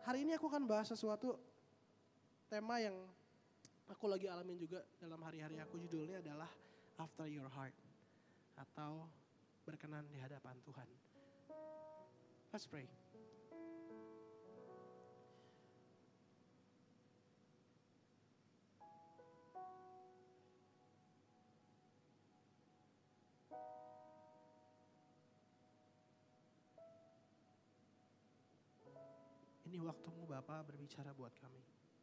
Hari ini aku akan bahas sesuatu tema yang aku lagi alamin juga dalam hari-hari aku. Judulnya adalah After Your Heart atau berkenan di hadapan Tuhan. Let's pray. Ini waktumu Bapa berbicara buat kami.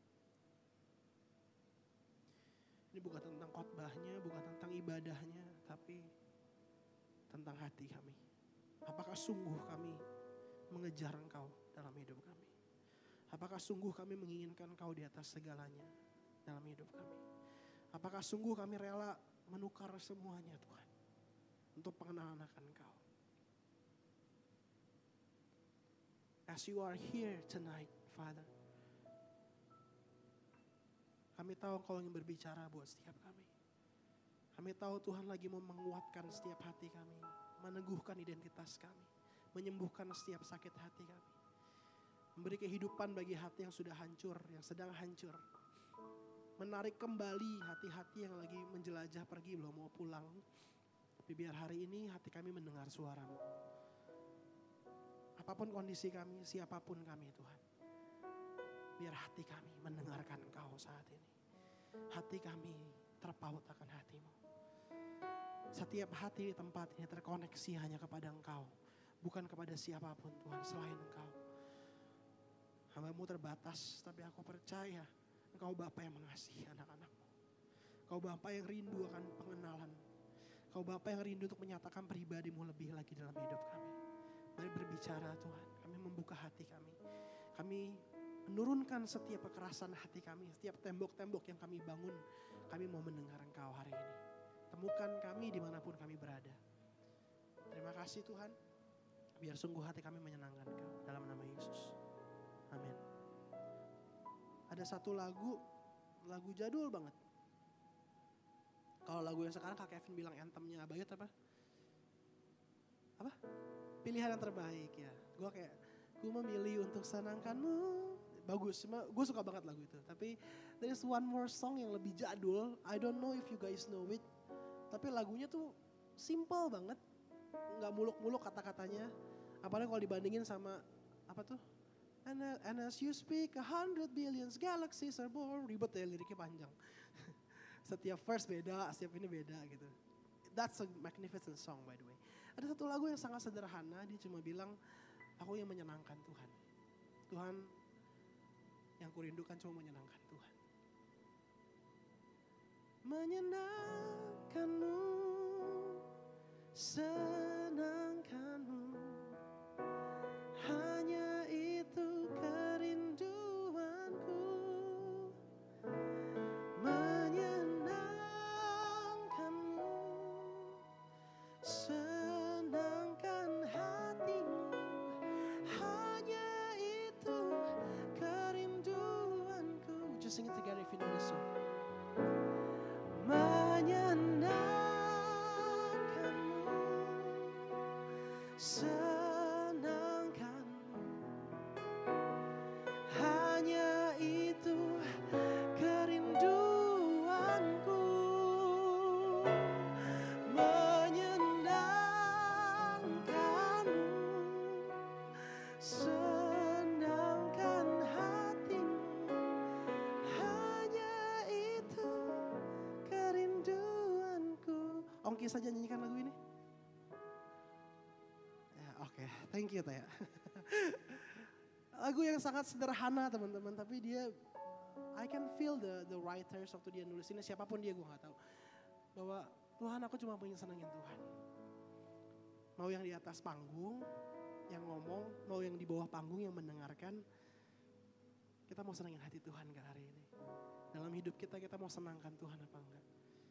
Ini bukan tentang khotbahnya, bukan tentang ibadahnya, tapi tentang hati kami. Apakah sungguh kami mengejar Engkau dalam hidup kami? Apakah sungguh kami menginginkan Engkau di atas segalanya dalam hidup kami? Apakah sungguh kami rela menukar semuanya Tuhan untuk pengenalan akan Engkau? As you are here tonight, Father, kami tahu Engkau ingin berbicara buat setiap kami. Kami tahu Tuhan lagi mau menguatkan setiap hati kami, meneguhkan identitas kami, menyembuhkan setiap sakit hati kami. Memberi kehidupan bagi hati yang sudah hancur, yang sedang hancur. Menarik kembali hati-hati yang lagi menjelajah pergi belum mau pulang. Tapi biar hari ini hati kami mendengar suara-Mu. Apapun kondisi kami, siapapun kami Tuhan. Biar hati kami mendengarkan Engkau saat ini. Hati kami terpaut akan hati-Mu. Setiap hati di tempat ini terkoneksi hanya kepada Engkau. Bukan kepada siapapun Tuhan selain Engkau. Hamba-Mu terbatas, tapi aku percaya Engkau Bapa yang mengasihi anak-anak-Mu. Engkau Bapa yang rindu akan pengenalan. Engkau Bapa yang rindu untuk menyatakan pribadi-Mu lebih lagi dalam hidup kami. Mari berbicara Tuhan, kami membuka hati kami. Kami menurunkan setiap kekerasan hati kami, setiap tembok-tembok yang kami bangun. Kami mau mendengar Engkau hari ini. Temukan kami dimanapun kami berada. Terima kasih Tuhan. Biar sungguh hati kami menyenangkan Engkau dalam nama Yesus. Amin. Ada satu lagu jadul banget. Kalau lagu yang sekarang Kak Kevin bilang anthemnya Abayut apa? Apa? Pilihan yang terbaik ya. Gue memilih untuk senangkanmu. Bagus, gue suka banget lagu itu. Tapi there's one more song yang lebih jadul. I don't know if you guys know it. Tapi lagunya tuh simple banget. Gak muluk-muluk kata-katanya. Apalagi kalau dibandingin sama apa tuh? And as you speak 100 billions galaxies are born. Ribet ya, liriknya panjang. Setiap verse beda, setiap ini beda gitu. That's a magnificent song by the way. Ada satu lagu yang sangat sederhana, dia cuma bilang, aku yang menyenangkan Tuhan. Tuhan, yang kurindukan cuma menyenangkan Tuhan. Menyenangkanmu, senangkanmu, hanya itu kerinduanku. Menyenangkanmu, senangkan hatimu, hanya itu kerinduanku. Just sing it together if you know this song. Menyenangkanmu, senangkanmu, hanya itu kerinduanku. Menyenangkanmu, senangkan hatimu, hanya itu kerinduanku. Ongki saja nyanyikan lagu ini. Ya, oke. Thank you Taya. Lagu yang sangat sederhana teman-teman, tapi dia I can feel the writers waktu dia nulis ini, siapapun dia gue gak tahu. Bahwa Tuhan aku cuma pengen senengin Tuhan. Mau yang di atas panggung, yang ngomong, mau yang di bawah panggung yang mendengarkan. Kita mau senengin hati Tuhan gak hari ini? Dalam hidup kita mau senangkan Tuhan apa enggak?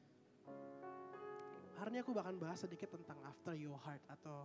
Hari ini aku bahkan bahas sedikit tentang After Your Heart atau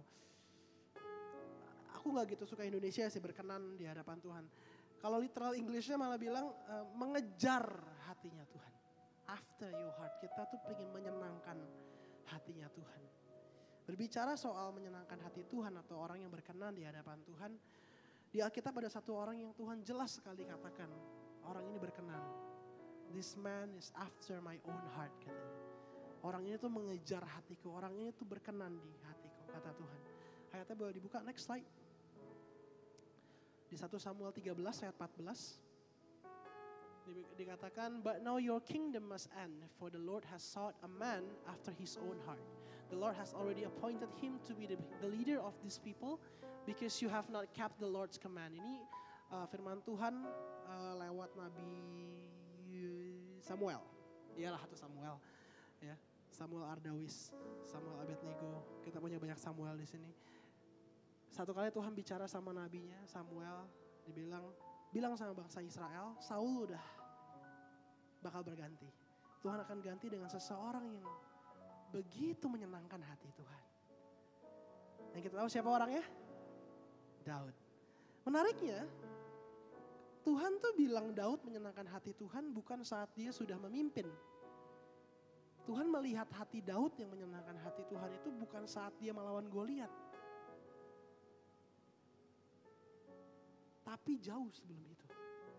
aku gak gitu suka Indonesia sih, berkenan di hadapan Tuhan. Kalau literal Englishnya malah bilang mengejar hatinya Tuhan. After your heart, kita tuh pengen menyenangkan hatinya Tuhan. Berbicara soal menyenangkan hati Tuhan atau orang yang berkenan di hadapan Tuhan, Di Alkitab ada satu orang yang Tuhan jelas sekali katakan, orang ini berkenan. This man is after my own heart, katanya. Orang ini tuh mengejar hatiku, orang ini tuh berkenan di hatiku, kata Tuhan. Ayatnya boleh dibuka, next slide. Di 1 Samuel 13 ayat 14. Dikatakan, but now your kingdom must end, for the Lord has sought a man after his own heart. The Lord has already appointed him to be the leader of these people, because you have not kept the Lord's command. Ini firman Tuhan lewat Nabi Samuel. Iyalah satu Samuel, ya. Samuel Ardawis, Samuel Abednego. Kita punya banyak Samuel di sini. Satu kali Tuhan bicara sama nabinya Samuel, bilang sama bangsa Israel, Saul udah bakal berganti. Tuhan akan ganti dengan seseorang yang begitu menyenangkan hati Tuhan. Yang kita tahu siapa orangnya? Daud. Menariknya, Tuhan tuh bilang Daud menyenangkan hati Tuhan bukan saat dia sudah memimpin. Tuhan melihat hati Daud yang menyenangkan hati Tuhan itu bukan saat dia melawan Goliat. Tapi jauh sebelum itu.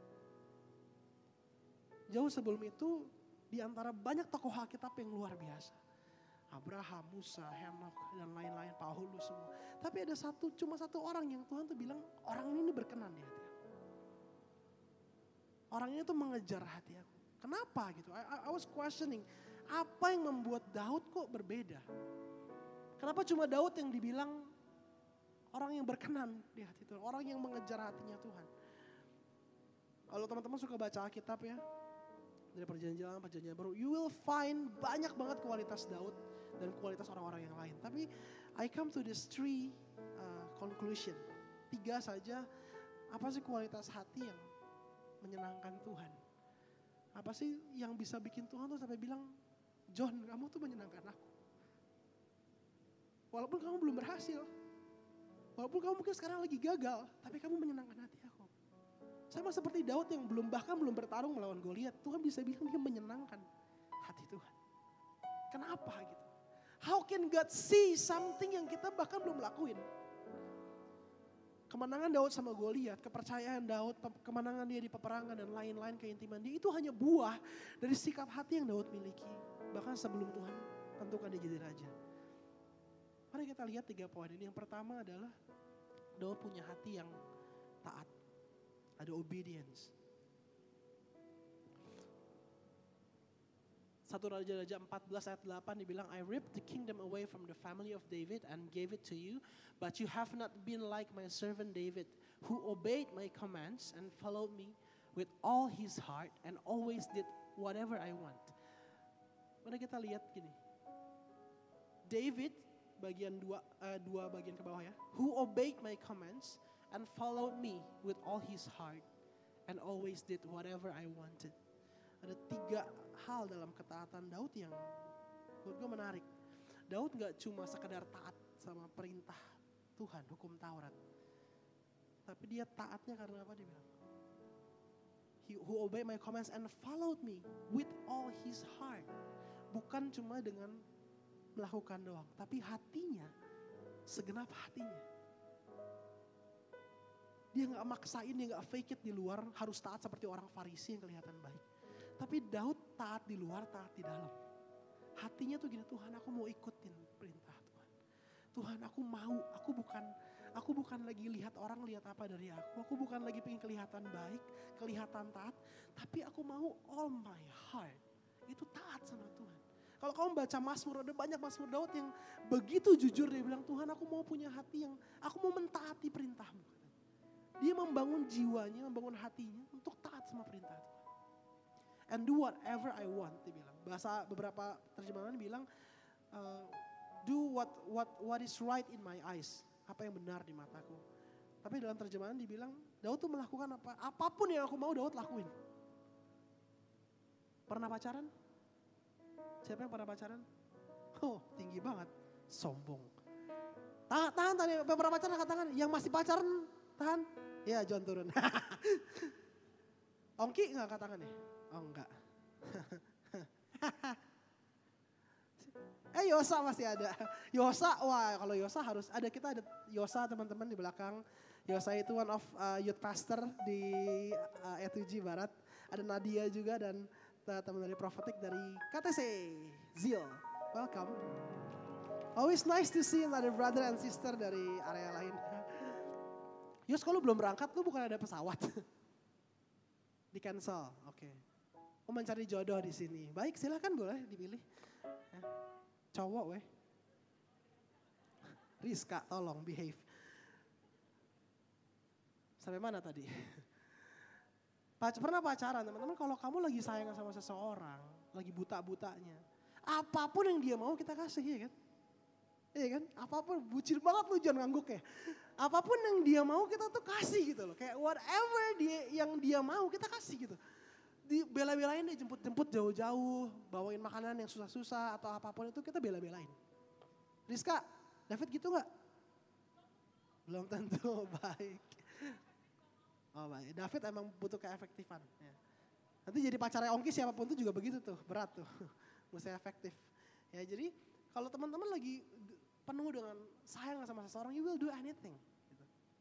Jauh sebelum itu di antara banyak tokoh Alkitab yang luar biasa. Abraham, Musa, Henok, dan lain-lain, Paulus semua. Tapi ada cuma satu orang yang Tuhan tuh bilang, orang ini berkenan di hati aku. Orang ini tuh mengejar hati aku. Kenapa gitu? I was questioning, apa yang membuat Daud kok berbeda? Kenapa cuma Daud yang dibilang orang yang berkenan di hati Tuhan, orang yang mengejar hatinya Tuhan? Kalau teman-teman suka baca Alkitab ya, dari perjanjian baru, you will find banyak banget kualitas Daud dan kualitas orang-orang yang lain. Tapi I come to this three conclusion. 3 saja, apa sih kualitas hati yang menyenangkan Tuhan? Apa sih yang bisa bikin Tuhan tuh sampai bilang, John, kamu tuh menyenangkan aku. Walaupun kamu belum berhasil, walaupun kamu mungkin sekarang lagi gagal, tapi kamu menyenangkan hati aku. Sama seperti Daud yang bahkan belum bertarung melawan Goliat, Tuhan bisa bilang dia menyenangkan hati Tuhan. Kenapa gitu? How can God see something yang kita bahkan belum lakuin? Kemenangan Daud sama Goliat, kepercayaan Daud, kemenangan dia di peperangan dan lain-lain, keintiman dia, itu hanya buah dari sikap hati yang Daud miliki. Bahkan sebelum Tuhan tentukan dia jadi raja. Mari kita lihat 3 poin ini. Yang pertama adalah Daud punya hati yang taat. Ada obedience. 1 Raja-Raja 14 ayat 8 dibilang, I ripped the kingdom away from the family of David and gave it to you, but you have not been like my servant David, who obeyed my commands and followed me with all his heart and always did whatever I want. Mari kita lihat gini. David bagian 2 bagian ke bawah ya, who obeyed my commands and followed me with all his heart and always did whatever I wanted. Ada 3 hal dalam ketaatan Daud yang menurut gue menarik. Daud gak cuma sekedar taat sama perintah Tuhan, hukum Taurat. Tapi dia taatnya karena apa dia bilang? He who obeyed my commands and followed me with all his heart. Bukan cuma dengan melakukan doang, tapi hatinya, segenap hatinya. Dia gak maksain, dia gak fake it di luar, harus taat seperti orang Farisi yang kelihatan baik. Tapi Daud taat di luar, taat di dalam. Hatinya tuh gini, Tuhan aku mau ikutin perintah Tuhan. Tuhan aku mau, aku bukan lagi lihat orang lihat apa dari aku. Aku bukan lagi pengen kelihatan baik, kelihatan taat. Tapi aku mau all my heart, itu taat sama Tuhan. Kalau kamu baca Mazmur, ada banyak Mazmur Daud yang begitu jujur dia bilang, Tuhan aku mau punya hati yang, aku mau mentaati perintah-Mu. Dia membangun jiwanya, membangun hatinya untuk taat sama perintah Tuhan. And do whatever I want, dia bilang. Bahasa beberapa terjemahan bilang, do what is right in my eyes. Apa yang benar di mataku. Tapi dalam terjemahan dibilang, Daud tuh melakukan apapun yang aku mau Daud lakuin. Pernah pacaran? Siapa yang pernah pacaran? Oh, tinggi banget. Sombong. Tahan, beberapa pacaran angkat tangan. Yang masih pacaran, tahan. Ya, John turun. Ongki gak angkat tangan nih? Oh enggak. Yosa masih ada. Yosa, wah kalau Yosa harus ada, kita ada Yosa teman-teman di belakang. Yosa itu one of youth pastor di E7 Barat. Ada Nadia juga dan teman dari Prophetic dari KTC, Zil. Welcome. Always nice to see another brother and sister dari area lain. Yos, kalau belum berangkat lu bukan ada pesawat? Di cancel, oke. Oh, mencari jodoh di sini. Baik, silakan boleh dipilih. Cowok weh. Rizka, tolong behave. Sampai mana tadi? Pernah pacaran teman-teman, kalau kamu lagi sayang sama seseorang, lagi buta-butanya, apapun yang dia mau kita kasih, ya kan? Iya kan? Apapun, bucin banget lu jangan ngangguk ya. Apapun yang dia mau kita tuh kasih gitu loh. Kayak whatever yang dia mau kita kasih gitu. Bela-belain dia jemput-jemput jauh-jauh, bawain makanan yang susah-susah atau apapun itu kita bela-belain. Rizka, David gitu gak? Belum tentu, baik. Oh baik, David emang butuh keefektifan. Ya. Nanti jadi pacarnya Ongki siapapun tuh juga begitu tuh, berat tuh. Mesti efektif. Ya jadi kalau teman-teman lagi penuh dengan sayang sama seseorang, you will do anything. Gitu.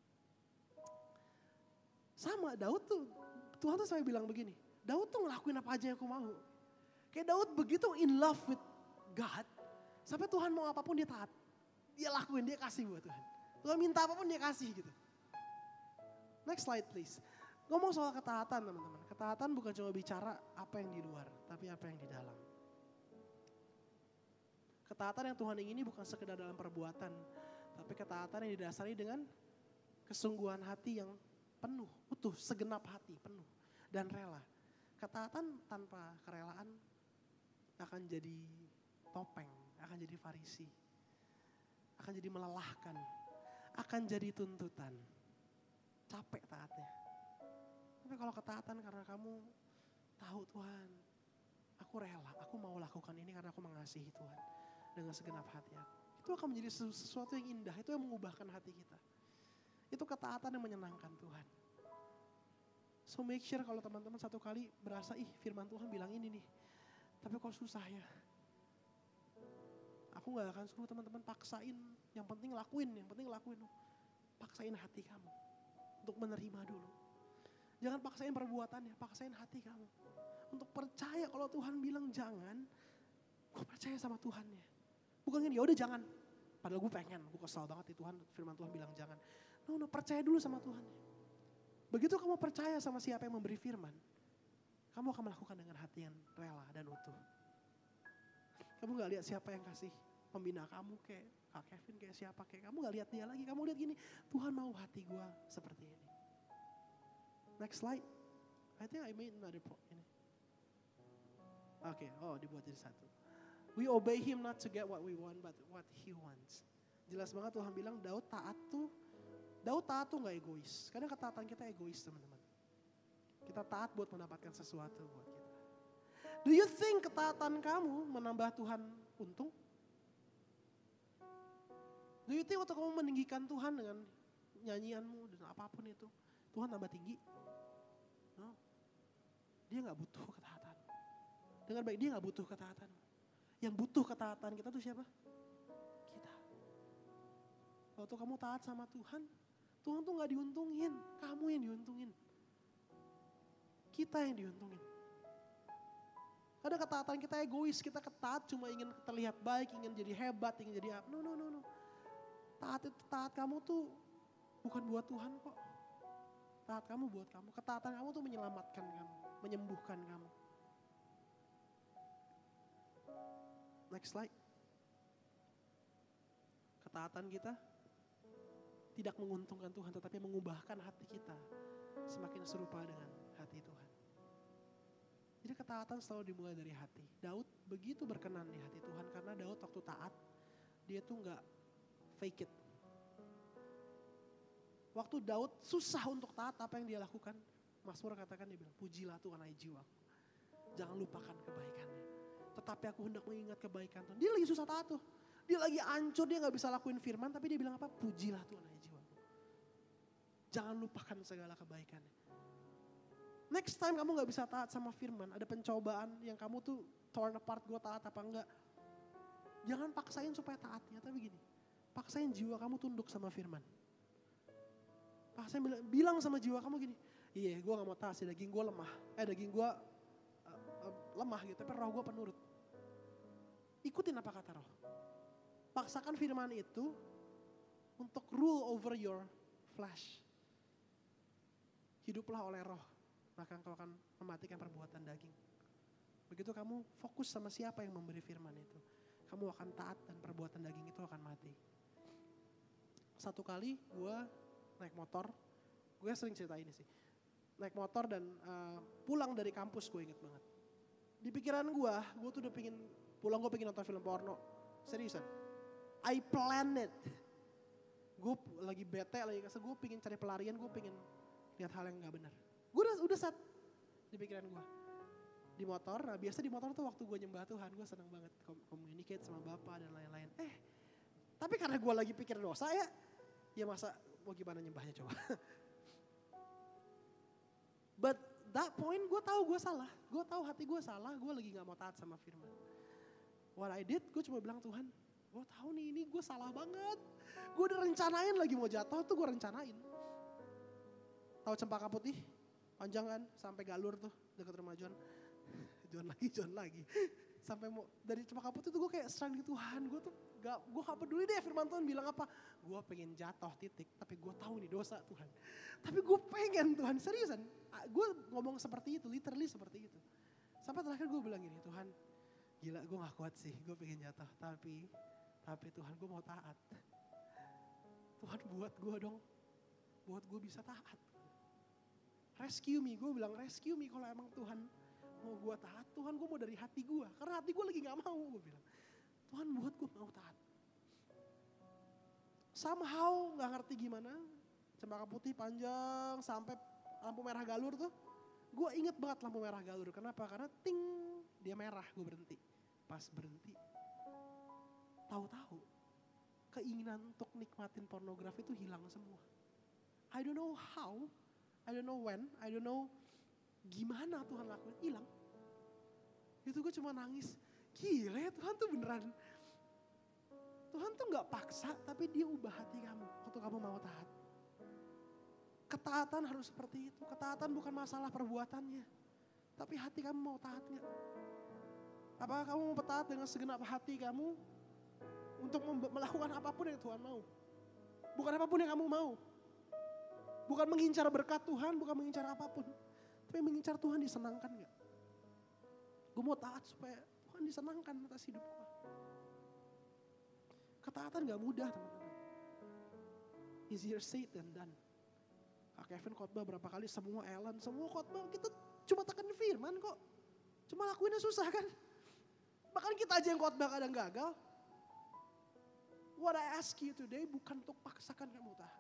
Sama Daud tuh, Tuhan tuh sampai bilang begini, Daud tuh ngelakuin apa aja yang aku mau. Kayak Daud begitu in love with God, sampai Tuhan mau apapun dia taat. Dia lakuin, dia kasih buat Tuhan. Tuhan minta apapun dia kasih gitu. Next slide please. Ngomong soal ketaatan teman-teman. Ketaatan bukan cuma bicara apa yang di luar, tapi apa yang di dalam. Ketaatan yang Tuhan ingini bukan sekedar dalam perbuatan, tapi ketaatan yang didasari dengan kesungguhan hati yang penuh, utuh, segenap hati, penuh, dan rela. Ketaatan tanpa kerelaan akan jadi topeng, akan jadi farisi, akan jadi melelahkan, akan jadi tuntutan. Capek taatnya. Tapi kalau ketaatan karena kamu tahu Tuhan, aku rela, aku mau lakukan ini karena aku mengasihi Tuhan dengan segenap hati aku. Itu akan menjadi sesuatu yang indah, itu yang mengubahkan hati kita. Itu ketaatan yang menyenangkan Tuhan. So make sure kalau teman-teman satu kali berasa, firman Tuhan bilang ini nih, tapi kok susah ya. Aku gak akan suruh teman-teman paksain, yang penting lakuin. Paksain hati kamu. Untuk menerima dulu. Jangan paksain perbuatannya, paksain hati kamu. Untuk percaya kalau Tuhan bilang jangan, gue percaya sama Tuhannya. Bukan gini, ya udah jangan. Padahal gue pengen, gue kesal banget nih Tuhan, firman Tuhan bilang jangan. No, percaya dulu sama Tuhannya. Begitu kamu percaya sama siapa yang memberi firman, kamu akan melakukan dengan hati yang rela dan utuh. Kamu gak lihat siapa yang kasih pembina kamu kayak Kak Kevin kayak siapa kayak kamu gak lihat dia lagi, kamu lihat gini, Tuhan mau hati gue seperti ini. Next slide. I think I made another point ini. Oke, dibuat jadi satu. We obey him not to get what we want but what he wants. Jelas banget Tuhan bilang Daud taat tuh gak egois. Kadang ketaatan kita egois teman-teman. Kita taat buat mendapatkan sesuatu buat kita. Do you think ketaatan kamu menambah Tuhan untung? Do you think waktu kamu meninggikan Tuhan dengan nyanyianmu dan apapun itu, Tuhan tambah tinggi? No. Dia gak butuh ketaatan. Dengar baik, dia gak butuh ketaatan. Yang butuh ketaatan kita tuh siapa? Kita. Waktu kamu taat sama Tuhan tuh gak diuntungin. Kamu yang diuntungin. Kita yang diuntungin. Kadang ketaatan kita egois, kita ketaat cuma ingin terlihat baik, ingin jadi hebat, ingin jadi apa. No. Taat kamu tuh bukan buat Tuhan kok. Taat kamu buat kamu. Ketaatan kamu tuh menyelamatkan kamu, menyembuhkan kamu. Next slide. Ketaatan kita tidak menguntungkan Tuhan, tetapi mengubahkan hati kita semakin serupa dengan hati Tuhan. Jadi ketaatan selalu dimulai dari hati. Daud begitu berkenan di hati Tuhan karena Daud waktu taat, dia tuh gak fake it. Waktu Daud susah untuk taat, apa yang dia lakukan? Mazmur katakan, dia bilang, pujilah Tuhan hai jiwaku. Jangan lupakan kebaikannya. Tetapi aku hendak mengingat kebaikan Tuhan. Dia lagi susah taat tuh. Dia lagi hancur, dia gak bisa lakuin firman, tapi dia bilang apa? Pujilah Tuhan hai jiwaku. Jangan lupakan segala kebaikannya. Next time kamu gak bisa taat sama firman, ada pencobaan yang kamu tuh torn apart, gue taat apa enggak. Jangan paksain supaya taatnya, tapi gini. Paksain jiwa kamu tunduk sama firman. Pak saya bilang sama jiwa kamu gini, iya gue gak mau taat sih, daging gue lemah. Daging gue lemah gitu, tapi roh gue penurut. Ikutin apa kata roh. Paksakan firman itu untuk rule over your flesh. Hiduplah oleh roh, maka engkau akan mematikan perbuatan daging. Begitu kamu fokus sama siapa yang memberi firman itu, kamu akan taat dan perbuatan daging itu akan mati. Satu kali gue naik motor, gue sering cerita ini sih. Naik motor dan pulang dari kampus, gue inget banget. Di pikiran gue tuh udah pengen pulang, gue pengen nonton film porno. Seriusan. I planned it. Gue lagi bete, lagi kesel, gue pengen cari pelarian, gue pengen lihat hal yang gak benar. Gue udah set di pikiran gue. Di motor, nah biasa di motor tuh waktu gue nyembah Tuhan, gue seneng banget communicate sama Bapak dan lain-lain. Tapi karena gue lagi pikir dosa ya masa mau gimana nyembahnya coba. But that point gue tahu gue salah, gue tahu hati gue salah, gue lagi gak mau taat sama firman. What I did, gue cuma bilang Tuhan, gue tahu nih ini gue salah banget. Gue udah rencanain lagi mau jatuh tuh gue rencanain. Tahu Cempaka Putih? Panjang kan, sampai Galur tuh dekat rumah John lagi. Sampai mau dari Cempaka Putih tuh gue kayak serang di Tuhan, gue gak peduli deh firman Tuhan bilang apa. Gue pengen jatuh titik, tapi gue tahu nih dosa Tuhan. Tapi gue pengen Tuhan, seriusan. Gue ngomong seperti itu, literally seperti itu. Sampai terakhir gue bilang gini, Tuhan gila gue gak kuat sih, gue pengen jatuh. Tapi Tuhan gue mau taat. Tuhan buat gue dong, buat gue bisa taat. Rescue me, gue bilang rescue me kalau emang Tuhan mau gue taat, Tuhan gue mau dari hati gue. Karena hati gue lagi gak mau, gue bilang. Tuhan buat gue mau taat. Somehow gak ngerti gimana, Cempaka Putih panjang sampai lampu merah Galur tuh. Gue inget banget lampu merah Galur, kenapa? Karena ting, dia merah, gue berhenti. Pas berhenti, tahu-tahu keinginan untuk nikmatin pornografi itu hilang semua. I don't know how, I don't know when, I don't know gimana Tuhan lakuin, hilang. Itu gue cuma nangis, gila ya Tuhan tuh beneran. Tuhan tuh gak paksa, tapi dia ubah hati kamu waktu kamu mau taat. Ketaatan harus seperti itu, ketaatan bukan masalah perbuatannya, tapi hati kamu mau taat gak? Apakah kamu mau taat dengan segenap hati kamu untuk melakukan apapun yang Tuhan mau? Bukan apapun yang kamu mau. Bukan mengincar berkat Tuhan, bukan mengincar apapun. Tapi mengincar Tuhan disenangkan gak? Gue mau taat supaya Tuhan disenangkan atas hidup gue. Ketaatan gak mudah teman-teman. Easier said than done. Kak Kevin khotbah berapa kali, semua Ellen, semua khotbah kita cuma tekan firman kok. Cuma lakuinnya susah kan. Bahkan kita aja yang khotbah kadang gagal. What I ask you today bukan untuk paksakan kamu taat.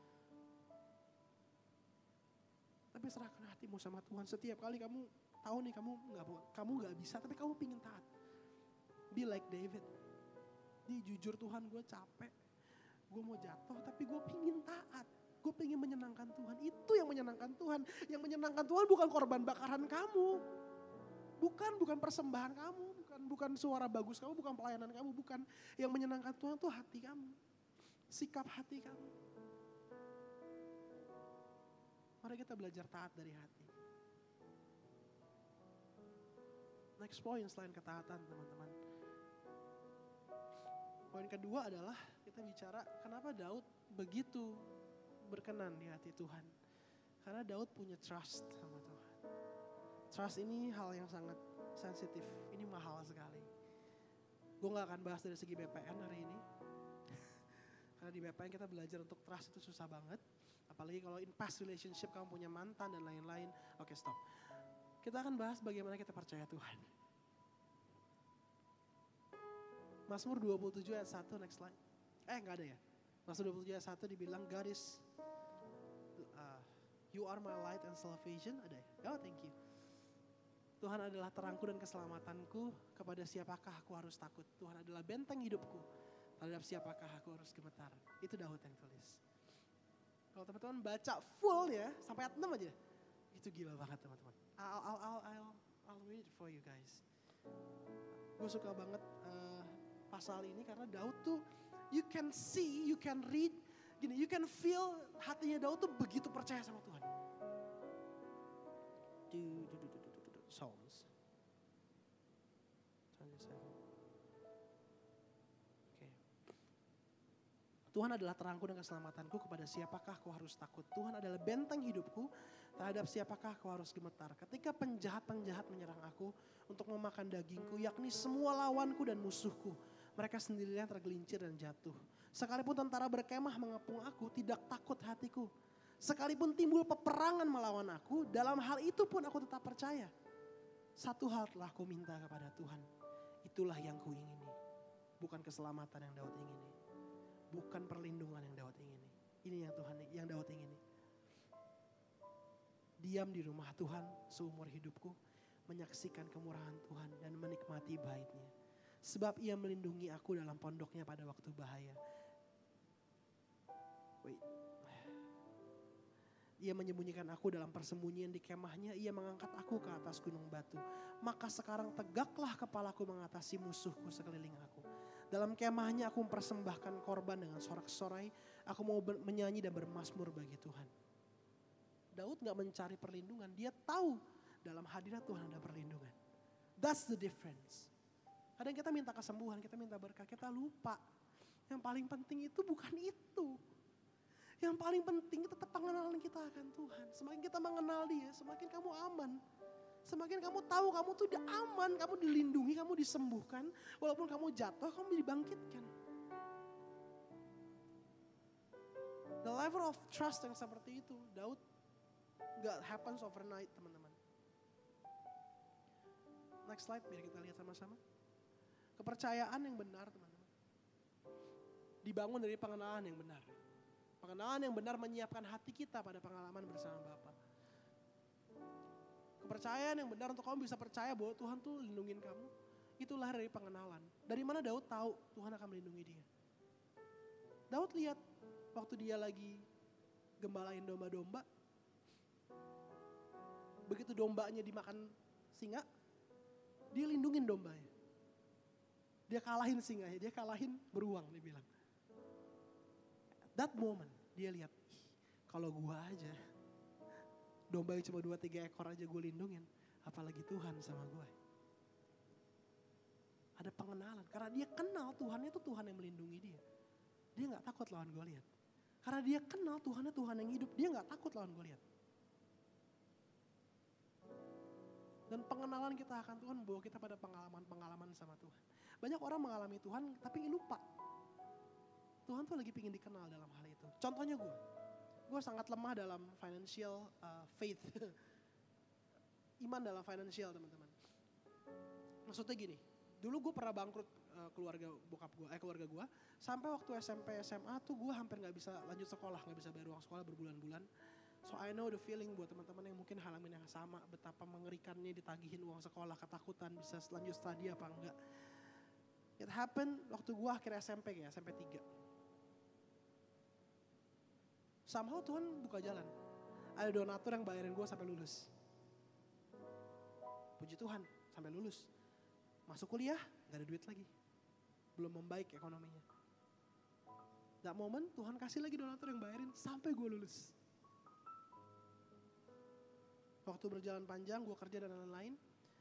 Tapi serahkan hatimu sama Tuhan. Setiap kali kamu tahu nih kamu gak bisa, tapi kamu pingin taat. Be like David. Dia jujur, Tuhan gue capek. Gue mau jatuh tapi gue pingin taat. Gue pingin menyenangkan Tuhan. Itu yang menyenangkan Tuhan. Yang menyenangkan Tuhan bukan korban bakaran kamu. Bukan persembahan kamu. Bukan suara bagus kamu, bukan pelayanan kamu. Bukan. Yang menyenangkan Tuhan tuh hati kamu. Sikap hati kamu. Mari kita belajar taat dari hati. Next point selain ketaatan teman-teman. Poin kedua adalah kita bicara kenapa Daud begitu berkenan di hati Tuhan. Karena Daud punya trust sama Tuhan. Trust ini hal yang sangat sensitif. Ini mahal sekali. Gue gak akan bahas dari segi BPN hari ini. Karena di BPN kita belajar untuk trust itu susah banget. Apalagi kalau in past relationship kamu punya mantan dan lain-lain. Oke, stop. Kita akan bahas bagaimana kita percaya Tuhan. Mazmur 27 ayat 1, next slide. Gak ada ya. Mazmur 27 ayat 1 dibilang God is, you are my light and salvation. Ada ya? Oh, thank you. Tuhan adalah terangku dan keselamatanku, kepada siapakah aku harus takut. Tuhan adalah benteng hidupku, terhadap siapakah aku harus gemetar. Itu Daud yang tulis. Kalau teman-teman baca full ya, sampai ayat 6 aja. Itu gila banget teman-teman. I'll read it for you guys. Gue suka banget pasal ini karena Daud tuh, you can see, you can read Gini, you can feel hatinya Daud tuh begitu percaya sama Tuhan. Psalms. Tuhan adalah terangku dan keselamatanku, kepada siapakah kau harus takut. Tuhan adalah benteng hidupku, terhadap siapakah kau harus gemetar. Ketika penjahat-penjahat menyerang aku untuk memakan dagingku, yakni semua lawanku dan musuhku, mereka sendirian tergelincir dan jatuh. Sekalipun tentara berkemah mengepung aku, tidak takut hatiku. Sekalipun timbul peperangan melawan aku, dalam hal itu pun aku tetap percaya. Satu hal telah aku minta kepada Tuhan, itulah yang kuingini. Bukan keselamatan yang Daud ingini. Bukan perlindungan yang Daud ingini. Ini yang Daud ingini. Diam di rumah Tuhan seumur hidupku, menyaksikan kemurahan Tuhan dan menikmati bait-Nya. Sebab Ia melindungi aku dalam pondoknya pada waktu bahaya. Ia menyembunyikan aku dalam persembunyian di kemahnya. Ia mengangkat aku ke atas gunung batu. Maka sekarang tegaklah kepalaku mengatasi musuhku sekeliling aku. Dalam kemahnya aku mempersembahkan korban dengan sorak-sorai. Aku mau menyanyi dan bermazmur bagi Tuhan. Daud gak mencari perlindungan. Dia tahu dalam hadirat Tuhan ada perlindungan. That's the difference. Kadang kita minta kesembuhan, kita minta berkah, kita lupa. Yang paling penting itu bukan itu. Yang paling penting tetap pengenalan kita akan Tuhan. Semakin kita mengenal Dia, semakin kamu aman. Semakin kamu tahu kamu tuh udah aman, kamu dilindungi, kamu disembuhkan. Walaupun kamu jatuh, kamu dibangkitkan. The level of trust yang seperti itu, Daud gak happens overnight, teman-teman. Next slide biar kita lihat sama-sama. Kepercayaan yang benar, teman-teman, dibangun dari pengenalan yang benar. Pengenalan yang benar menyiapkan hati kita pada pengalaman bersama Bapa. Kepercayaan yang benar untuk kamu bisa percaya bahwa Tuhan tuh lindungin kamu. Itulah dari pengenalan. Dari mana Daud tahu Tuhan akan melindungi dia? Daud lihat waktu dia lagi gembalain domba-domba. Begitu dombanya dimakan singa, dia lindungin dombanya. Dia kalahin singanya, dia kalahin beruang, dia bilang. That moment dia lihat, kalau gua aja domba yang cuma 2-3 ekor aja gue lindungin, apalagi Tuhan sama gue. Ada pengenalan, karena dia kenal Tuhannya itu Tuhan yang melindungi dia. Dia gak takut lawan Goliat. Karena dia kenal Tuhannya Tuhan yang hidup, dia gak takut lawan Goliat. Dan pengenalan kita akan Tuhan membawa kita pada pengalaman-pengalaman sama Tuhan. Banyak orang mengalami Tuhan tapi lupa. Tuhan tuh lagi pingin dikenal dalam hal itu. Contohnya gue sangat lemah dalam financial faith. Iman dalam financial, teman-teman. Maksudnya gini, dulu gue pernah bangkrut keluarga gue. Sampai waktu SMP SMA tuh gue hampir gak bisa lanjut sekolah, gak bisa bayar uang sekolah berbulan-bulan. So I know the feeling buat teman-teman yang mungkin halamin yang sama, betapa mengerikannya ditagihin uang sekolah, ketakutan bisa lanjut studi apa enggak. It happened waktu gue akhir SMP 3. Somehow Tuhan buka jalan. Ada donatur yang bayarin gue sampai lulus. Puji Tuhan, sampai lulus. Masuk kuliah, gak ada duit lagi. Belum membaik ekonominya. That moment Tuhan kasih lagi donatur yang bayarin sampai gue lulus. Waktu berjalan panjang, gue kerja dan lain-lain.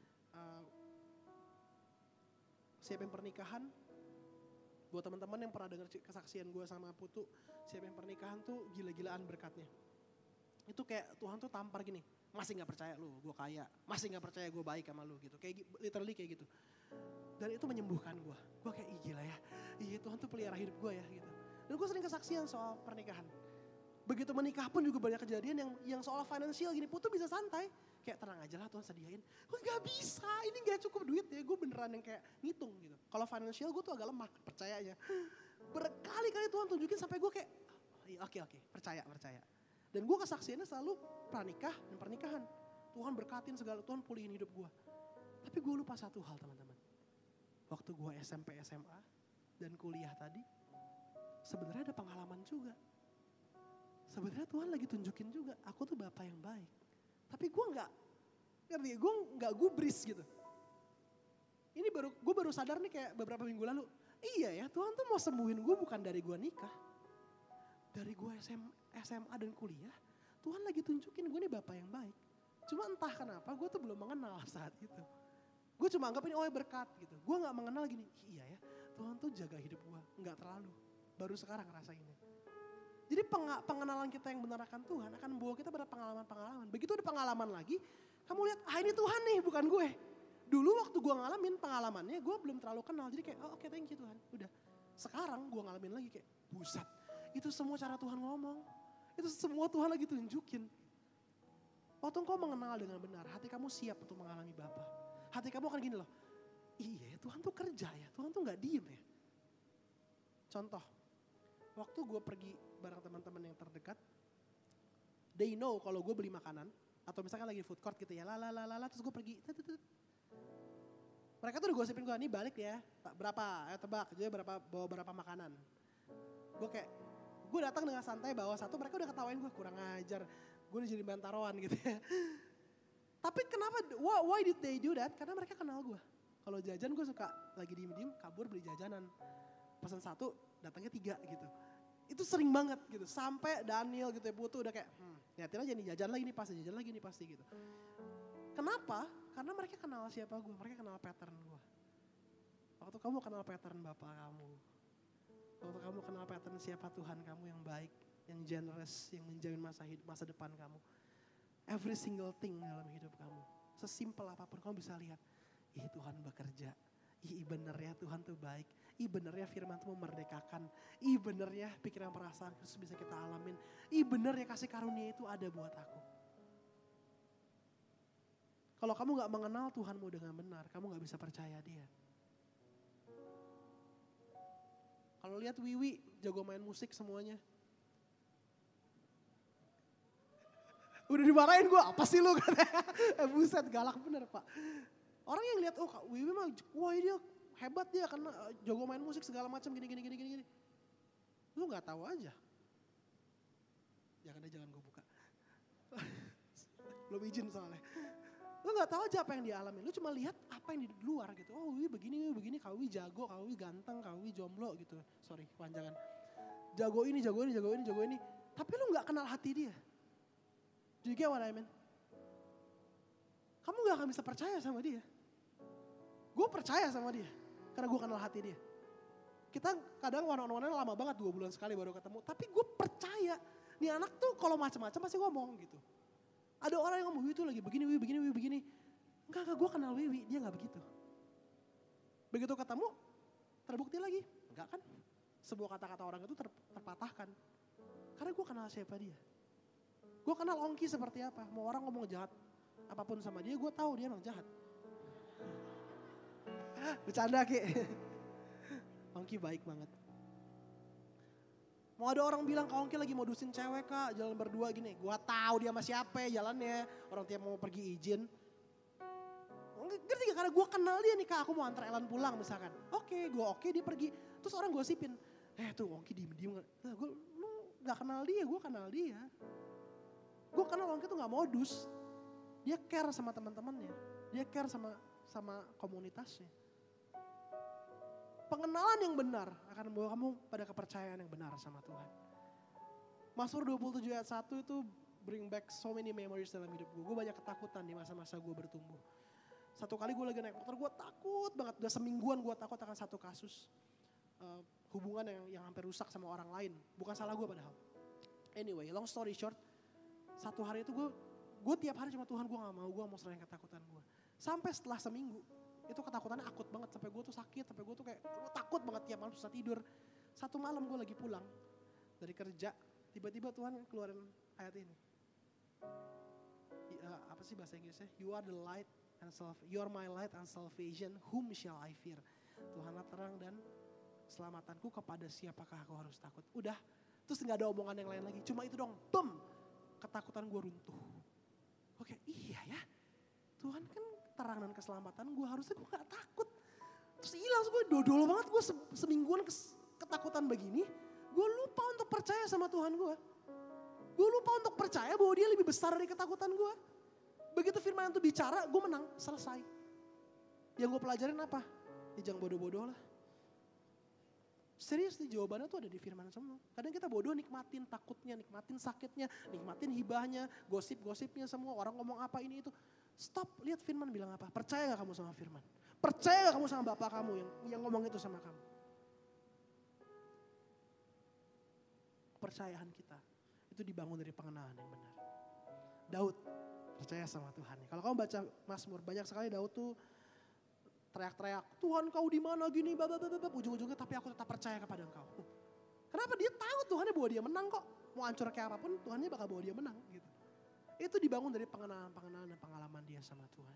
Siapin pernikahan. Buat teman-teman yang pernah dengar kesaksian gue sama Putu, siapin pernikahan tuh gila-gilaan berkatnya. Itu kayak Tuhan tuh tampar gini, masih gak percaya lu, gue kaya. Masih gak percaya gue baik sama lu gitu. Kayak literally kayak gitu. Dan itu menyembuhkan gue. Gue kayak gila ya, iya Tuhan tuh pelihara hidup gue ya gitu. Dan gue sering kesaksian soal pernikahan. Begitu menikah pun juga banyak kejadian yang soal financial gini, Putu bisa santai. Kayak tenang aja lah Tuhan sediain. Gue gak bisa, ini gak cukup duit ya. Gue beneran yang kayak ngitung gitu. Kalau financial gue tuh agak lemah, percayanya. Berkali-kali Tuhan tunjukin sampai gue kayak, oke, percaya. Dan gue kesaksiannya selalu pranikah dan pernikahan. Tuhan berkatin segala, Tuhan pulihin hidup gue. Tapi gue lupa satu hal, teman-teman. Waktu gue SMP, SMA dan kuliah tadi, sebenarnya ada pengalaman juga. Sebenarnya Tuhan lagi tunjukin juga, aku tuh Bapa yang baik. Tapi gue gak gubris gitu. Ini gue baru sadar nih kayak beberapa minggu lalu. Iya ya, Tuhan tuh mau sembuhin gue bukan dari gue nikah. Dari gue SMA dan kuliah, Tuhan lagi tunjukin gue nih Bapak yang baik. Cuma entah kenapa gue tuh belum mengenal saat itu. Gue cuma anggap ini berkat gitu. Gue gak mengenal gini, iya ya Tuhan tuh jaga hidup gue, gak terlalu. Baru sekarang ngerasainnya. Jadi pengenalan kita yang benar akan Tuhan akan membawa kita pada pengalaman-pengalaman. Begitu ada pengalaman lagi, kamu lihat ini Tuhan nih bukan gue. Dulu waktu gue ngalamin pengalamannya gue belum terlalu kenal. Jadi kayak oke, thank you Tuhan, udah. Sekarang gue ngalamin lagi kayak buset. Itu semua cara Tuhan ngomong. Itu semua Tuhan lagi tunjukin. Waktu engkau mengenal dengan benar, hati kamu siap untuk mengalami Bapa. Hati kamu akan gini loh, iya Tuhan tuh kerja ya, Tuhan tuh gak diem ya. Contoh, waktu gue pergi bareng teman-teman yang terdekat, they know kalau gue beli makanan, atau misalkan lagi food court gitu ya, terus gue pergi. Mereka tuh udah gosipin gue, nih balik ya, berapa, ayo tebak, jadi bawa berapa makanan. Gue datang dengan santai bawa satu, mereka udah ketawain gue, kurang ajar. Gue udah jadi bantaroan gitu ya. Tapi kenapa, why did they do that? Karena mereka kenal gue. Kalau jajan gue suka lagi diem-diem kabur beli jajanan. Pesan satu, datangnya 3 gitu. Itu sering banget gitu. Sampai Daniel gitu ya, Putu udah kayak, liatin aja nih jajan lagi nih pasti gitu. Kenapa? Karena mereka kenal siapa gue, mereka kenal pattern gue. Waktu kamu kenal pattern Bapak kamu. Waktu kamu kenal pattern siapa Tuhan kamu yang baik, yang generous, yang menjamin masa depan kamu. Every single thing dalam hidup kamu. Sesimpel apapun kamu bisa lihat. Tuhan bekerja. Bener ya Tuhan tuh baik. Bener ya firman tuh memerdekakan. Bener ya pikiran perasaan Kristus bisa kita alamin. Bener ya kasih karunia itu ada buat aku. Kalau kamu gak mengenal Tuhanmu dengan benar, kamu gak bisa percaya Dia. Kalau lihat Wiwi jago main musik semuanya. Udah dimarahin gue, apa sih lu katanya. Buset galak bener Pak. Orang yang lihat Kak Wiwi mah, wah dia hebat dia karena jago main musik segala macam gini. Lu gak tahu aja. Jangan gue buka. Belum izin soalnya. Lu gak tahu aja apa yang dia alami. Lu cuma lihat apa yang di luar gitu. Oh Wiwi begini, Kak Wiwi jago, Kak Wiwi ganteng, Kak Wiwi jomblo gitu. Sorry panjangan. Jago ini. Tapi lu gak kenal hati dia. Do you get what I mean? Kamu gak akan bisa percaya sama dia. Gue percaya sama dia. Karena gue kenal hati dia. Kita kadang one-on-one lama banget 2 bulan sekali baru ketemu. Tapi gue percaya. Nih anak tuh kalau macam-macam pasti ngomong gitu. Ada orang yang ngomong, Wiwi tuh lagi begini. Enggak, gue kenal Wiwi, dia gak begitu. Begitu ketemu, terbukti lagi. Enggak kan? Sebuah kata-kata orang itu terpatahkan. Karena gue kenal siapa dia. Gue kenal Ongki seperti apa. Mau orang ngomong jahat apapun sama dia, gue tahu dia emang jahat. Bercanda Ki. Ongki baik banget. Mau ada orang bilang Kak Ongki lagi modusin cewek Kak, jalan berdua gini. Gue tahu dia sama siapa jalannya. Orang tiap mau pergi izin. Ngerti gak? Karena gue kenal dia nih Kak, aku mau antar Elan pulang misalkan. Oke, dia pergi. Terus orang gosipin, tuh Ongki diem-diem. Lu gak kenal dia, gue kenal dia. Gue kenal Ongki tuh gak modus. Dia care sama teman-temannya. Dia care sama komunitasnya. Pengenalan yang benar akan membawa kamu pada kepercayaan yang benar sama Tuhan. Mazmur 27 ayat 1 itu bring back so many memories dalam hidup gue. Gue banyak ketakutan di masa-masa gue bertumbuh. Satu kali gue lagi naik motor, gue takut banget. Udah semingguan gue takut akan satu kasus. Hubungan yang hampir rusak sama orang lain. Bukan salah gue padahal. Anyway, long story short. Satu hari itu gue tiap hari cuma Tuhan gue gak mau, gue mau selain ketakutan gue. Sampai setelah seminggu, itu ketakutannya akut banget. Sampai gue tuh sakit, sampai gue tuh kayak takut banget tiap malam susah tidur. Satu malam gue lagi pulang dari kerja, tiba-tiba Tuhan keluarin ayat ini. Apa sih bahasa Inggrisnya? You are my light and salvation, whom shall I fear? Tuhanlah terang dan keselamatanku, kepada siapakah aku harus takut? Udah, terus gak ada omongan yang lain lagi. Cuma itu dong, boom, ketakutan gue runtuh. Oke, iya ya. Tuhan kan terang dan keselamatan gue, harusnya gue gak takut. Terus hilang, gue dodol banget, gue semingguan ketakutan begini. Gue lupa untuk percaya sama Tuhan gue. Gue lupa untuk percaya bahwa dia lebih besar dari ketakutan gue. Begitu firman itu bicara, gue menang, selesai. Yang gue pelajarin apa? Ya jangan bodoh-bodoh lah. Serius nih, jawabannya tuh ada di firman semua. Kadang kita bodoh nikmatin takutnya, nikmatin sakitnya, nikmatin hibahnya, gosip-gosipnya semua. Orang ngomong apa ini itu. Stop, lihat firman bilang apa. Percaya gak kamu sama firman? Percaya gak kamu sama bapak kamu yang ngomong itu sama kamu? Kepercayaan kita itu dibangun dari pengenalan yang benar. Daud percaya sama Tuhan. Kalau kamu baca Mazmur, banyak sekali Daud tuh teriak-teriak, Tuhan kau di mana gini, ujung-ujungnya tapi aku tetap percaya kepada Engkau. Kenapa? Dia tahu Tuhannya bawa dia menang kok. Mau hancur kayak apapun, Tuhannya bakal bawa dia menang gitu. Itu dibangun dari pengenalan dan pengalaman dia sama Tuhan.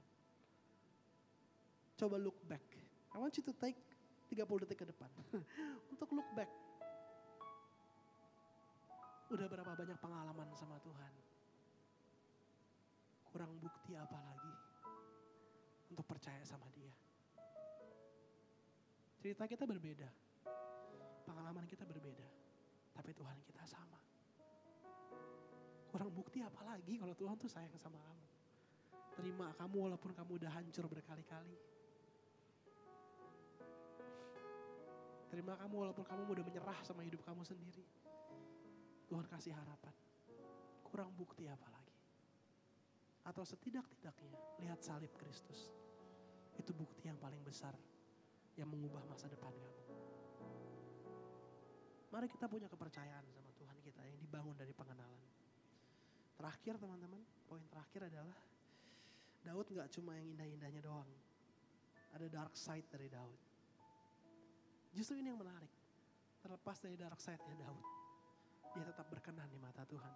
Coba look back. I want you to take 30 detik ke depan. Untuk look back. Udah berapa banyak pengalaman sama Tuhan. Kurang bukti apa lagi untuk percaya sama dia. Cerita kita berbeda, pengalaman kita berbeda, tapi Tuhan kita sama. Kurang bukti apa lagi kalau Tuhan tuh sayang sama kamu. Terima kamu walaupun kamu udah hancur berkali-kali. Terima kamu walaupun kamu udah menyerah sama hidup kamu sendiri. Tuhan kasih harapan. Kurang bukti apa lagi. Atau setidak-tidaknya lihat salib Kristus. Itu bukti yang paling besar yang mengubah masa depan kamu. Mari kita punya kepercayaan sama Tuhan kita yang dibangun dari pengenalan. Terakhir teman-teman, poin terakhir adalah Daud gak cuma yang indah-indahnya doang. Ada dark side dari Daud. Justru ini yang menarik. Terlepas dari dark side-nya Daud, dia tetap berkenan di mata Tuhan.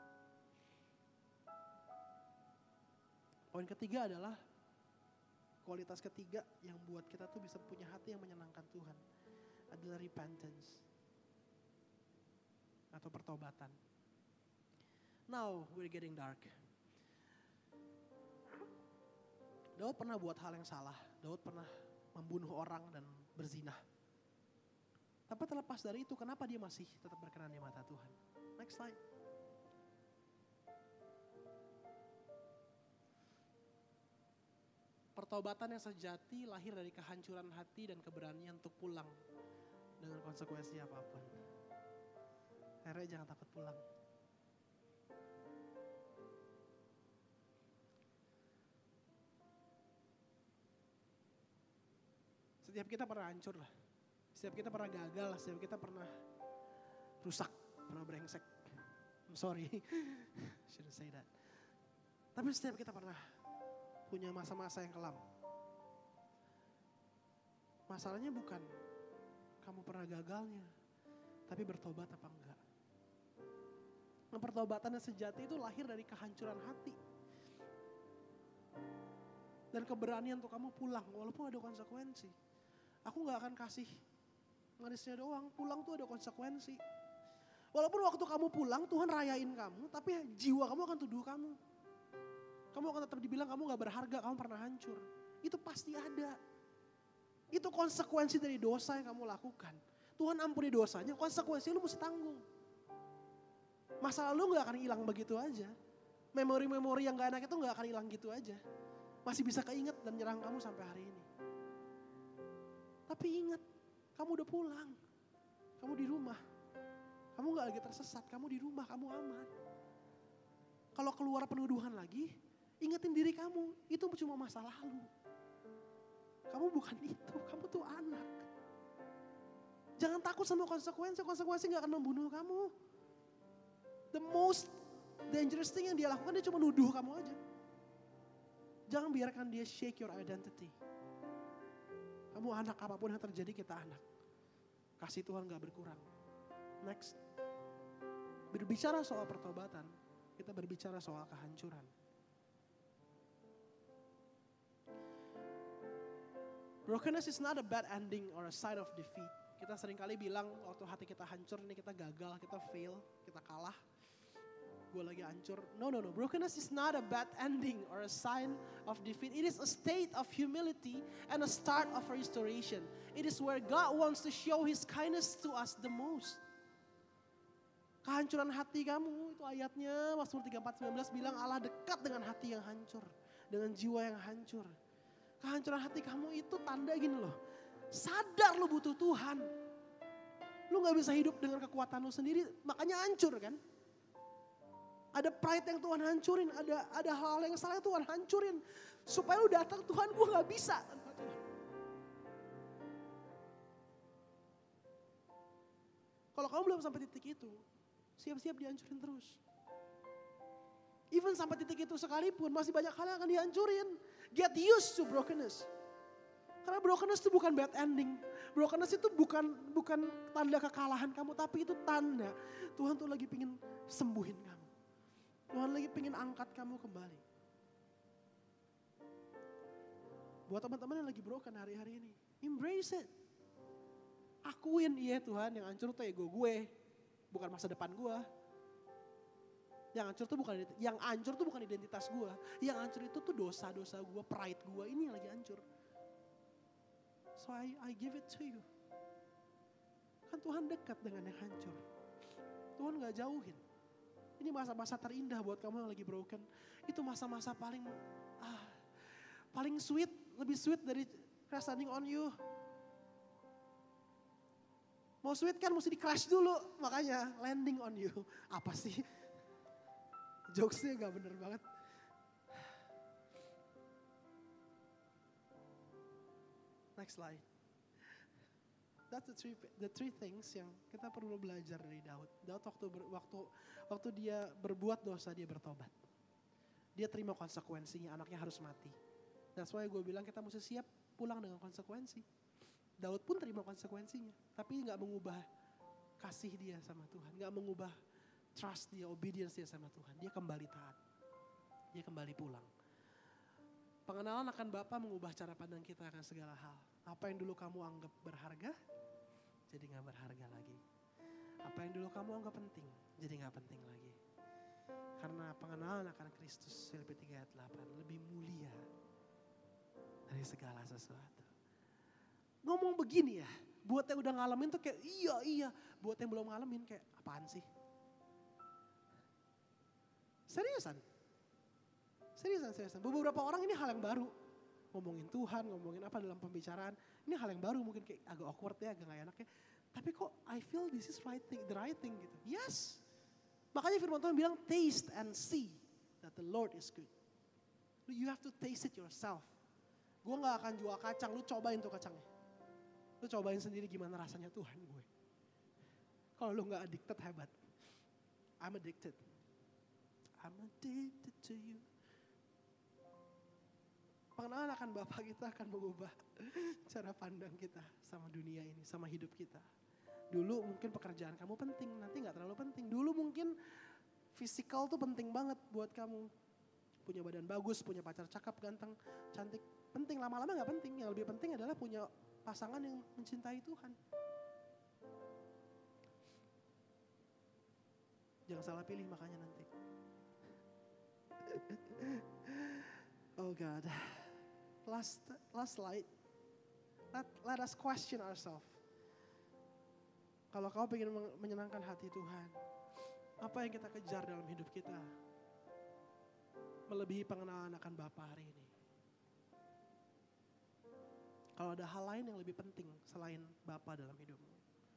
Poin ketiga adalah kualitas ketiga yang buat kita tuh bisa punya hati yang menyenangkan Tuhan adalah repentance atau pertobatan. Now we're getting dark. Daud pernah buat hal yang salah. Daud pernah membunuh orang dan berzina. Tapi terlepas dari itu, kenapa dia masih tetap berkenan di mata Tuhan? Next slide. Pertobatan yang sejati lahir dari kehancuran hati dan keberanian untuk pulang dengan konsekuensi apapun. Akhirnya jangan takut pulang. Setiap kita pernah hancur lah. Setiap kita pernah gagal, setiap kita pernah rusak, pernah brengsek. I'm sorry, shouldn't say that. Tapi setiap kita pernah punya masa-masa yang kelam. Masalahnya bukan kamu pernah gagalnya, tapi bertobat apa enggak. Nah, pertobatan yang sejati itu lahir dari kehancuran hati. Dan keberanian untuk kamu pulang, walaupun ada konsekuensi. Aku gak akan kasih manisnya doang, pulang tuh ada konsekuensi. Walaupun waktu kamu pulang, Tuhan rayain kamu, tapi jiwa kamu akan tuduh kamu. Kamu akan tetap dibilang kamu gak berharga, kamu pernah hancur. Itu pasti ada. Itu konsekuensi dari dosa yang kamu lakukan. Tuhan ampuni dosanya, konsekuensi lu mesti tanggung. Masa lalu gak akan hilang begitu aja. Memori-memori yang gak enak itu gak akan hilang gitu aja. Masih bisa keinget dan nyerang kamu sampai hari ini. Tapi ingat, kamu udah pulang. Kamu di rumah. Kamu gak lagi tersesat, kamu di rumah, kamu aman. Kalau keluar penuduhan lagi, ingetin diri kamu, itu cuma masa lalu. Kamu bukan itu, kamu tuh anak. Jangan takut sama konsekuensi, konsekuensi gak akan membunuh kamu. The most dangerous thing yang dia lakukan, dia cuma nuduh kamu aja. Jangan biarkan dia shake your identity. Kamu anak, apapun yang terjadi kita anak. Kasih Tuhan gak berkurang. Next. Berbicara soal pertobatan, kita berbicara soal kehancuran. Brokenness is not a bad ending or a sign of defeat. Kita seringkali bilang waktu hati kita hancur, ini kita gagal, kita fail, kita kalah. Gue lagi hancur. No. Brokenness is not a bad ending or a sign of defeat. It is a state of humility and a start of restoration. It is where God wants to show His kindness to us the most. Kehancuran hati kamu, itu ayatnya Mazmur 34:19 bilang Allah dekat dengan hati yang hancur. Dengan jiwa yang hancur. Kehancuran hati kamu itu tanda gini loh. Sadar lo butuh Tuhan. Lu gak bisa hidup dengan kekuatan lu sendiri, makanya hancur kan. Ada pride yang Tuhan hancurin, ada hal yang salah yang Tuhan hancurin. Supaya lu datang, Tuhan gue gak bisa tanpa Tuhan. Kalau kamu belum sampai titik itu, siap-siap dihancurin terus. Even sampai titik itu sekalipun, masih banyak hal yang akan dihancurin. Get used to brokenness. Karena brokenness itu bukan bad ending. Brokenness itu bukan tanda kekalahan kamu, tapi itu tanda Tuhan tuh lagi pengen sembuhin kamu. Tuhan lagi pengen angkat kamu kembali. Buat teman-teman yang lagi broken hari-hari ini, embrace it. Akuin, iya Tuhan, yang hancur tuh ego gue, bukan masa depan gue. Yang hancur tuh bukan identitas gue. Yang hancur itu tuh dosa-dosa gue, pride gue, ini yang lagi hancur. So I give it to you. Kan Tuhan dekat dengan yang hancur. Tuhan gak jauhin. Ini masa-masa terindah buat kamu yang lagi broken. Itu masa-masa paling sweet, lebih sweet dari crash landing on you. Mau sweet kan mesti di crash dulu, makanya landing on you. Apa sih? Jokesnya gak bener banget. Next slide. That's the three things yang kita perlu belajar dari Daud. Daud waktu dia berbuat dosa, dia bertobat. Dia terima konsekuensinya, anaknya harus mati. That's why gue bilang kita mesti siap pulang dengan konsekuensi. Daud pun terima konsekuensinya, tapi gak mengubah kasih dia sama Tuhan. Gak mengubah trust dia, obedience dia sama Tuhan. Dia kembali taat. Dia kembali pulang. Pengenalan akan Bapa mengubah cara pandang kita akan segala hal. Apa yang dulu kamu anggap berharga, jadi gak berharga lagi. Apa yang dulu kamu anggap penting, jadi gak penting lagi. Karena pengenalan akan Kristus, Filipi 3 ayat 8, lebih mulia dari segala sesuatu. Ngomong begini ya, buat yang udah ngalamin tuh kayak iya. Buat yang belum ngalamin kayak apaan sih? Seriusan. Beberapa orang ini hal yang baru. Ngomongin Tuhan, ngomongin apa dalam pembicaraan. Ini hal yang baru, mungkin kayak agak awkward ya, agak gak enak ya. Tapi kok I feel this is the right thing gitu. Yes. Makanya firman Tuhan bilang taste and see that the Lord is good. You have to taste it yourself. Gue gak akan jual kacang, lu cobain tuh kacangnya. Lu cobain sendiri gimana rasanya Tuhan gue. Kalau lu gak addicted hebat. I'm addicted to you. Pengenalan akan Bapa kita akan mengubah cara pandang kita sama dunia ini, sama hidup kita. Dulu mungkin pekerjaan kamu penting, nanti gak terlalu penting. Dulu mungkin fisikal tuh penting banget buat kamu. Punya badan bagus, punya pacar cakep, ganteng, cantik. Penting, lama-lama gak penting. Yang lebih penting adalah punya pasangan yang mencintai Tuhan. Jangan salah pilih makanya nanti. Oh God. Last slide. Let us question ourselves. Kalau kau ingin menyenangkan hati Tuhan, apa yang kita kejar dalam hidup kita? Melebihi pengenalan akan Bapa hari ini. Kalau ada hal lain yang lebih penting selain Bapa dalam hidupmu,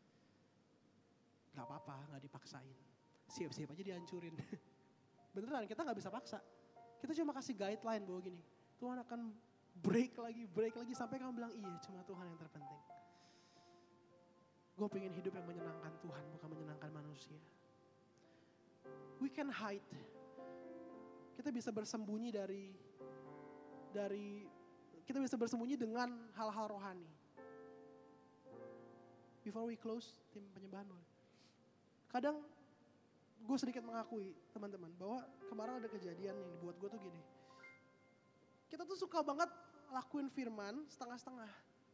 gak apa-apa, gak dipaksain. Siap-siap aja dihancurin. Beneran, kita gak bisa paksa. Kita cuma kasih guideline bahwa gini, Tuhan akan break lagi sampai kamu bilang iya, cuma Tuhan yang terpenting. Gue pengen hidup yang menyenangkan Tuhan, bukan menyenangkan manusia. We can hide. Kita bisa bersembunyi kita bisa bersembunyi dengan hal-hal rohani. Before we close, tim penyembahan boleh. Kadang gue sedikit mengakui teman-teman bahwa kemarin ada kejadian yang dibuat gue tuh gini. Kita tuh suka banget lakuin firman setengah-setengah.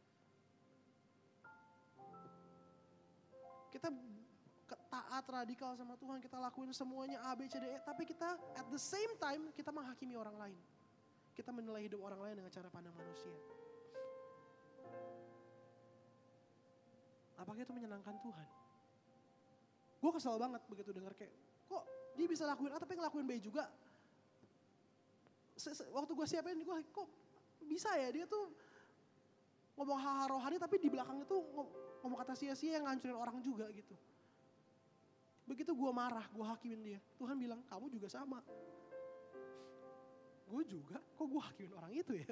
Kita taat radikal sama Tuhan, kita lakuin semuanya A, B, C, D, E. Tapi kita at the same time kita menghakimi orang lain. Kita menilai hidup orang lain dengan cara pandang manusia. Apakah itu menyenangkan Tuhan? Gue kesel banget begitu dengar kayak, kok dia bisa lakuin A tapi ngelakuin B juga. Waktu gue siapin, gue kok bisa ya dia tuh ngomong hal-hal rohani tapi di belakang itu ngomong kata sia-sia yang ngancurin orang juga gitu. Begitu gue marah, gue hakimin dia. Tuhan bilang, kamu juga sama. Gue juga, kok gue hakimin orang itu ya?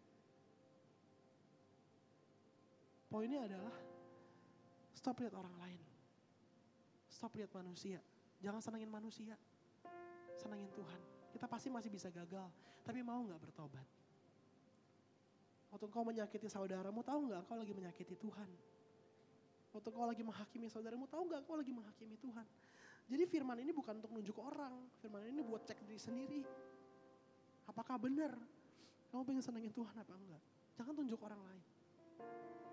Poinnya adalah, stop lihat orang lain. Stop lihat manusia. Jangan senangin manusia. Senangin Tuhan. Kita pasti masih bisa gagal, tapi mau gak bertobat? Waktu engkau menyakiti saudaramu, tahu gak engkau lagi menyakiti Tuhan? Waktu engkau lagi menghakimi saudaramu, tahu gak engkau lagi menghakimi Tuhan? Jadi firman ini bukan untuk nunjuk orang, firman ini buat cek diri sendiri. Apakah benar kamu pengen senangin Tuhan apa enggak? Jangan tunjuk orang lain.